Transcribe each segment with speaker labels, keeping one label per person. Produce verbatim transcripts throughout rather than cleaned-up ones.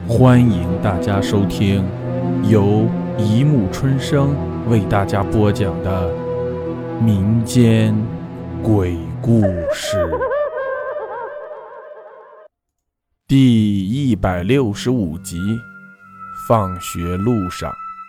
Speaker 1: 欢迎大家收听由一木春生为大家播讲的民间鬼故事第一百六十五集。放学路上，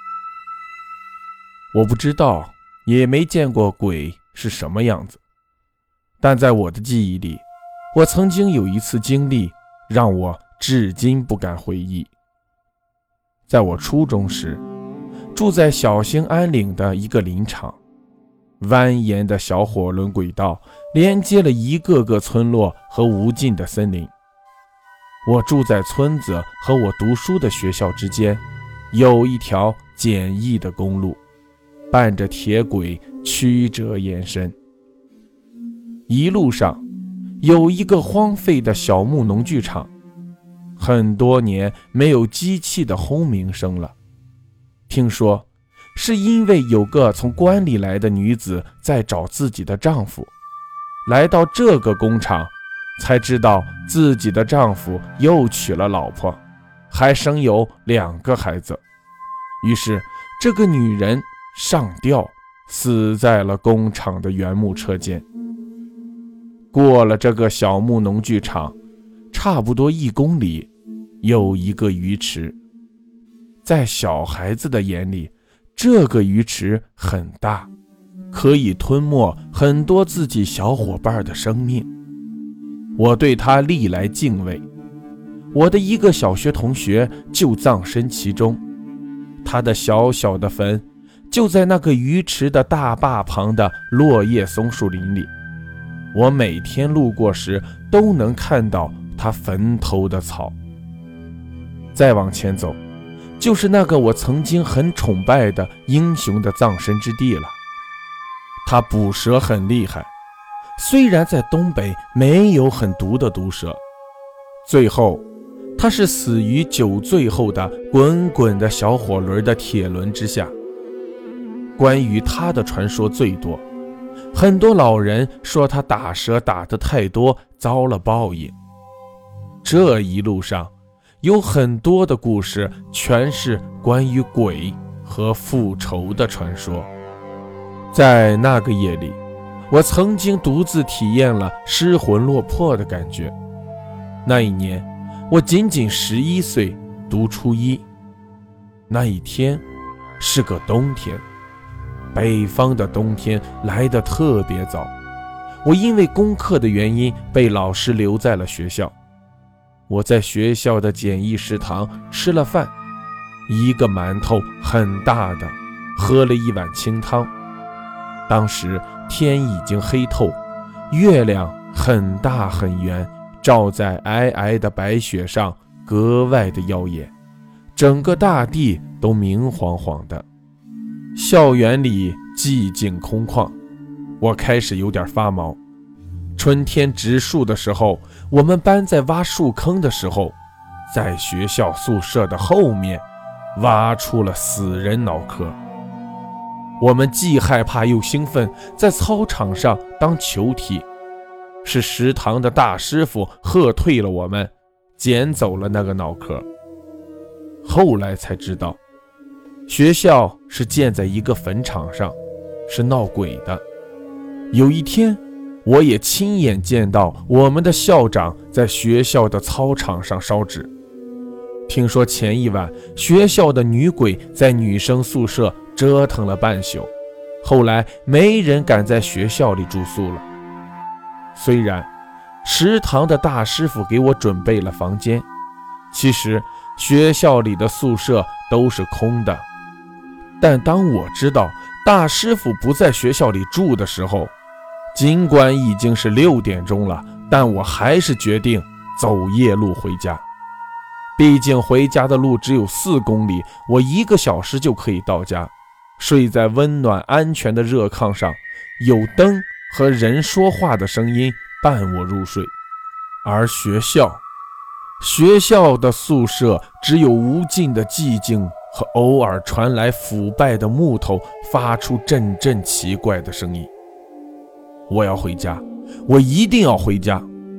Speaker 1: 我不知道，也没见过鬼是什么样子，但在我的记忆里，我曾经有一次经历让我至今不敢回忆。在我初中时，住在小兴安岭的一个林场，蜿蜒的小火轮轨道连接了一个个村落和无尽的森林。我住在村子和我读书的学校之间，有一条简易的公路，伴着铁轨曲折延伸。一路上有一个荒废的小木农具厂，很多年没有机器的轰鸣声了。听说是因为有个从关里来的女子在找自己的丈夫，来到这个工厂才知道自己的丈夫又娶了老婆，还生有两个孩子。于是这个女人上吊死在了工厂的原木车间。过了这个小木农具厂，差不多一公里有一个鱼池。在小孩子的眼里，这个鱼池很大，可以吞没很多自己小伙伴的生命。我对它历来敬畏。我的一个小学同学就葬身其中，他的小小的坟就在那个鱼池的大坝旁的落叶松树林里。我每天路过时都能看到他坟头的草。再往前走，就是那个我曾经很崇拜的英雄的葬身之地了。他捕蛇很厉害，虽然在东北没有很毒的毒蛇，最后他是死于酒醉后的滚滚的小火轮的铁轮之下。关于他的传说最多，很多老人说他打蛇打得太多，遭了报应。这一路上有很多的故事，全是关于鬼和复仇的传说。在那个夜里，我曾经独自体验了失魂落魄的感觉。那一年我仅仅十一岁，读初一。那一天是个冬天，北方的冬天来得特别早。我因为功课的原因被老师留在了学校。我在学校的简易食堂吃了饭，一个馒头很大的，喝了一碗清汤。当时天已经黑透，月亮很大很圆，照在皑皑的白雪上，格外的耀眼，整个大地都明晃晃的。校园里寂静空旷，我开始有点发毛。春天植树的时候，我们班在挖树坑的时候，在学校宿舍的后面挖出了死人脑壳。我们既害怕又兴奋，在操场上当球踢。是食堂的大师傅喝退了我们，捡走了那个脑壳。后来才知道，学校是建在一个坟场上，是闹鬼的。有一天我也亲眼见到我们的校长在学校的操场上烧纸。听说前一晚学校的女鬼在女生宿舍折腾了半宿，后来没人敢在学校里住宿了。虽然食堂的大师傅给我准备了房间，其实学校里的宿舍都是空的，但当我知道大师傅不在学校里住的时候，尽管已经是六点钟了，但我还是决定走夜路回家。毕竟回家的路只有四公里，我一个小时就可以到家。睡在温暖安全的热炕上，有灯和人说话的声音伴我入睡。而学校学校的宿舍只有无尽的寂静和偶尔传来腐败的木头发出阵阵奇怪的声音。我要回家，我一定要回家。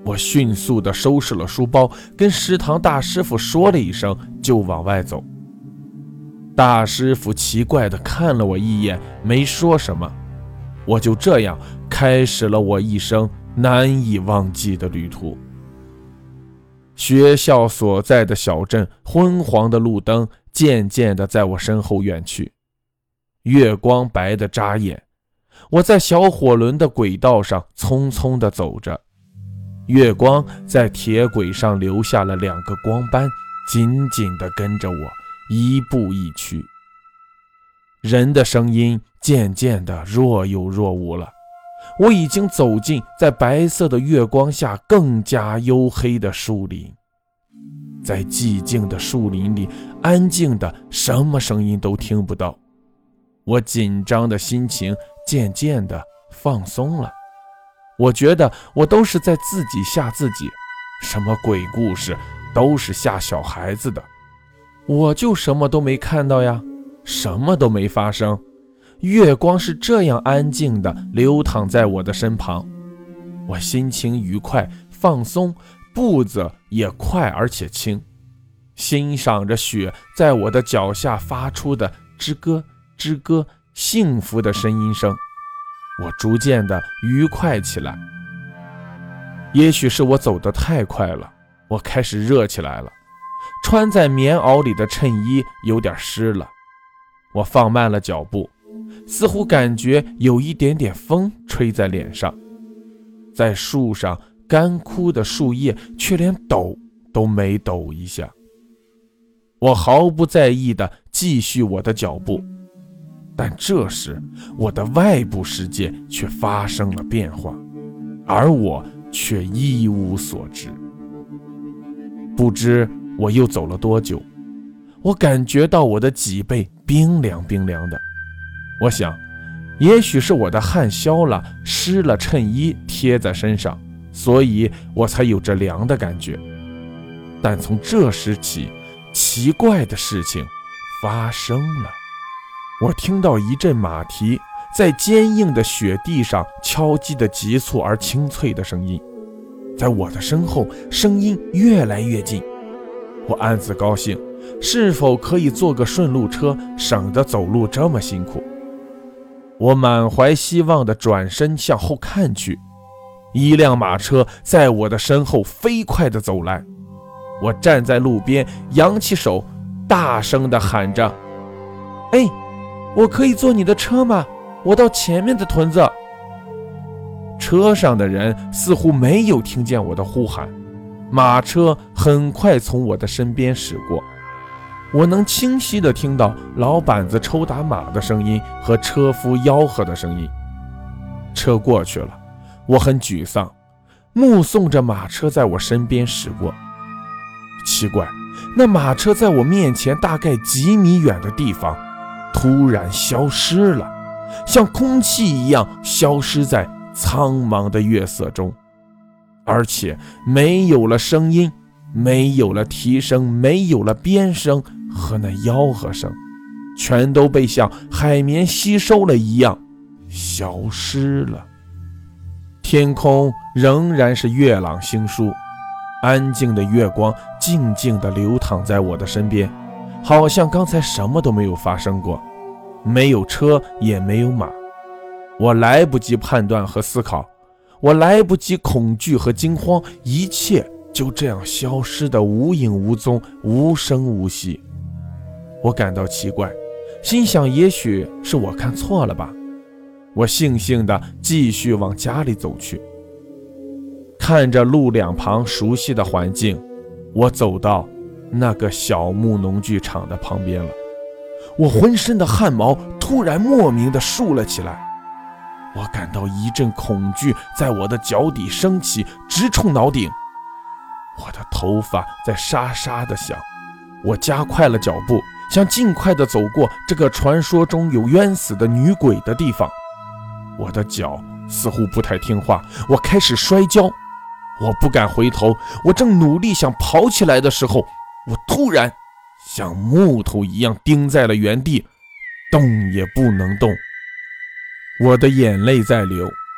Speaker 1: 我迅速地收拾了书包，跟食堂大师傅说了一声，就往外走。大师傅奇怪地看了我一眼，没说什么。我就这样开始了我一生难以忘记的旅途。学校所在的小镇，昏黄的路灯渐渐地在我身后远去，月光白得扎眼。我在小火轮的轨道上匆匆地走着，月光在铁轨上留下了两个光斑，紧紧地跟着我一步一趋。人的声音渐渐地若有若无了，我已经走进在白色的月光下更加黝黑的树林。在寂静的树林里，安静的什么声音都听不到。我紧张的心情渐渐地放松了，我觉得我都是在自己吓自己，什么鬼故事都是吓小孩子的，我就什么都没看到呀，什么都没发生。月光是这样安静地流淌在我的身旁，我心情愉快放松，步子也快而且轻，欣赏着雪在我的脚下发出的吱咯吱咯幸福的呻吟声，我逐渐的愉快起来。也许是我走得太快了，我开始热起来了，穿在棉袄里的衬衣有点湿了。我放慢了脚步，似乎感觉有一点点风吹在脸上，在树上干枯的树叶却连抖都没抖一下。我毫不在意地继续我的脚步，但这时我的外部世界却发生了变化，而我却一无所知。不知我又走了多久，我感觉到我的脊背冰凉冰凉的，我想也许是我的汗消了，湿了衬衣贴在身上，所以我才有着凉的感觉。但从这时起，奇怪的事情发生了。我听到一阵马蹄在坚硬的雪地上敲击的急促而清脆的声音，在我的身后，声音越来越近。我暗自高兴，是否可以坐个顺路车，省得走路这么辛苦。我满怀希望地转身向后看去，一辆马车在我的身后飞快地走来。我站在路边，扬起手，大声地喊着：哎，我可以坐你的车吗？我到前面的屯子。车上的人似乎没有听见我的呼喊，马车很快从我的身边驶过，我能清晰地听到老板子抽打马的声音和车夫吆喝的声音。车过去了，我很沮丧，目送着马车在我身边驶过。奇怪，那马车在我面前大概几米远的地方突然消失了，像空气一样消失在苍茫的月色中，而且没有了声音，没有了蹄声，没有了鞭声和那吆喝声，全都被像海绵吸收了一样消失了。天空仍然是月朗星疏，安静的月光静静地流淌在我的身边，好像刚才什么都没有发生过，没有车也没有马。我来不及判断和思考，我来不及恐惧和惊慌，一切就这样消失得无影无踪，无声无息。我感到奇怪，心想也许是我看错了吧。我悻悻地继续往家里走去，看着路两旁熟悉的环境，我走到那个小木农具厂的旁边了。我浑身的汗毛突然莫名地竖了起来，我感到一阵恐惧在我的脚底升起，直冲脑顶。我的头发在沙沙地响，我加快了脚步，想尽快地走过这个传说中有冤死的女鬼的地方。我的脚似乎不太听话，我开始摔跤。我不敢回头，我正努力想跑起来的时候，我突然像木头一样钉在了原地，动也不能动。我的眼泪在流，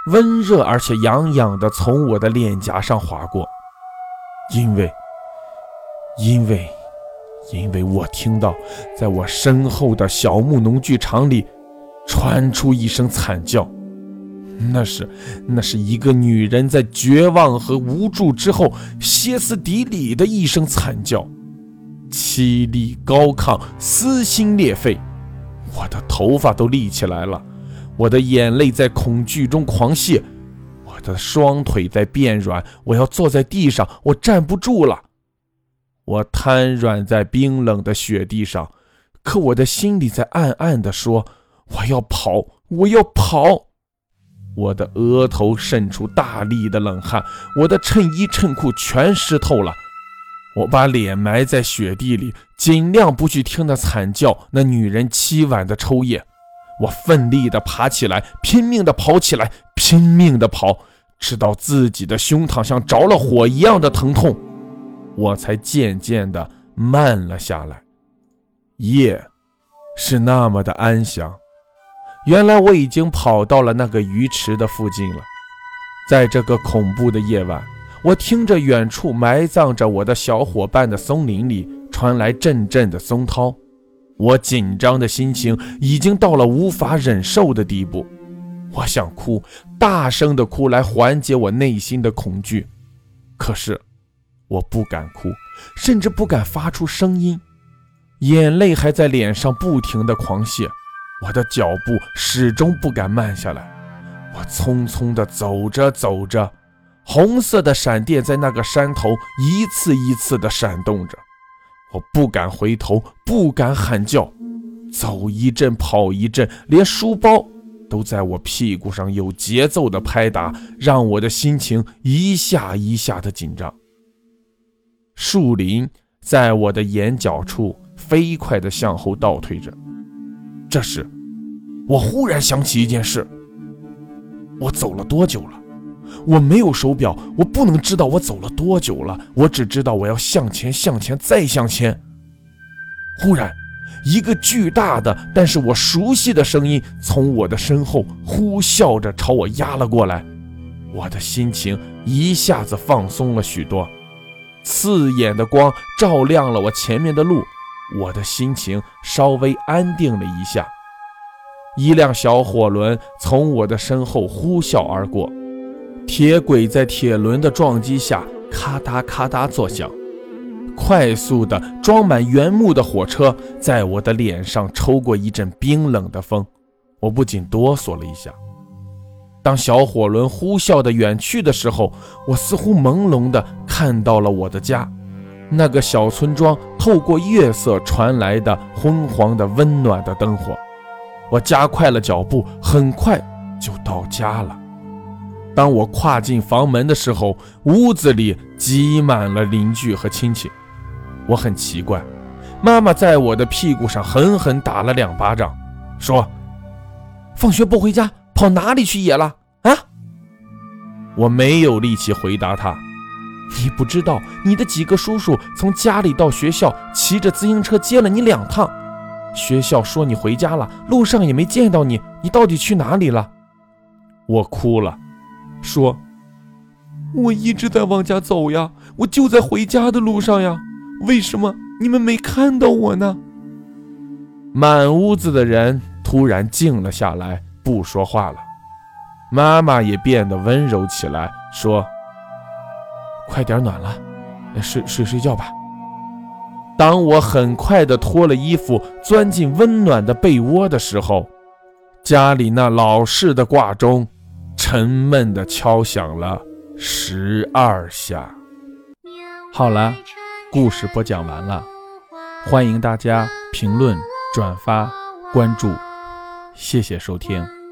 Speaker 1: 温热而且痒痒地从我的脸颊上划过。因为因为因为我听到在我身后的小木农具厂里传出一声惨叫，那是那是一个女人在绝望和无助之后歇斯底里的一声惨叫，凄厉高亢，撕心裂肺。我的头发都立起来了，我的眼泪在恐惧中狂泻，我的双腿在变软，我要坐在地上，我站不住了。我瘫软在冰冷的雪地上，可我的心里在暗暗地说，我要跑，我要跑。我的额头渗出大粒的冷汗，我的衬衣衬裤全湿透了。我把脸埋在雪地里，尽量不去听那惨叫，那女人凄婉的抽噎。我奋力地爬起来，拼命地跑起来，拼命地跑，直到自己的胸膛像着了火一样的疼痛，我才渐渐地慢了下来。夜是那么的安详，原来我已经跑到了那个鱼池的附近了。在这个恐怖的夜晚，我听着远处埋葬着我的小伙伴的松林里传来阵阵的松涛，我紧张的心情已经到了无法忍受的地步。我想哭，大声的哭来缓解我内心的恐惧，可是我不敢哭，甚至不敢发出声音，眼泪还在脸上不停的狂泻，我的脚步始终不敢慢下来。我匆匆地走着走着，红色的闪电在那个山头一次一次地闪动着，我不敢回头，不敢喊叫，走一阵跑一阵，连书包都在我屁股上有节奏地拍打，让我的心情一下一下的紧张。树林在我的眼角处飞快地向后倒退着。这时我忽然想起一件事，我走了多久了？我没有手表，我不能知道我走了多久了，我只知道我要向前向前再向前。忽然一个巨大的但是我熟悉的声音从我的身后呼啸着朝我压了过来，我的心情一下子放松了许多，刺眼的光照亮了我前面的路，我的心情稍微安定了一下。一辆小火轮从我的身后呼啸而过，铁轨在铁轮的撞击下咔嗒咔嗒作响，快速的装满原木的火车在我的脸上抽过一阵冰冷的风，我不禁哆嗦了一下。当小火轮呼啸的远去的时候，我似乎朦胧的看到了我的家，那个小村庄透过月色传来的昏黄的温暖的灯火。我加快了脚步，很快就到家了。当我跨进房门的时候，屋子里挤满了邻居和亲戚。我很奇怪，妈妈在我的屁股上狠狠打了两巴掌，说：放学不回家，跑哪里去野了啊？我没有力气回答她。你不知道，你的几个叔叔从家里到学校骑着自行车接了你两趟，学校说你回家了，路上也没见到你，你到底去哪里了？我哭了，说：我一直在往家走呀，我就在回家的路上呀，为什么你们没看到我呢？满屋子的人突然静了下来，不说话了。妈妈也变得温柔起来，说：快点暖了，睡睡睡觉吧。当我很快地脱了衣服，钻进温暖的被窝的时候，家里那老式的挂钟沉闷地敲响了十二下。
Speaker 2: 好了，故事播讲完了，欢迎大家评论、转发、关注，谢谢收听。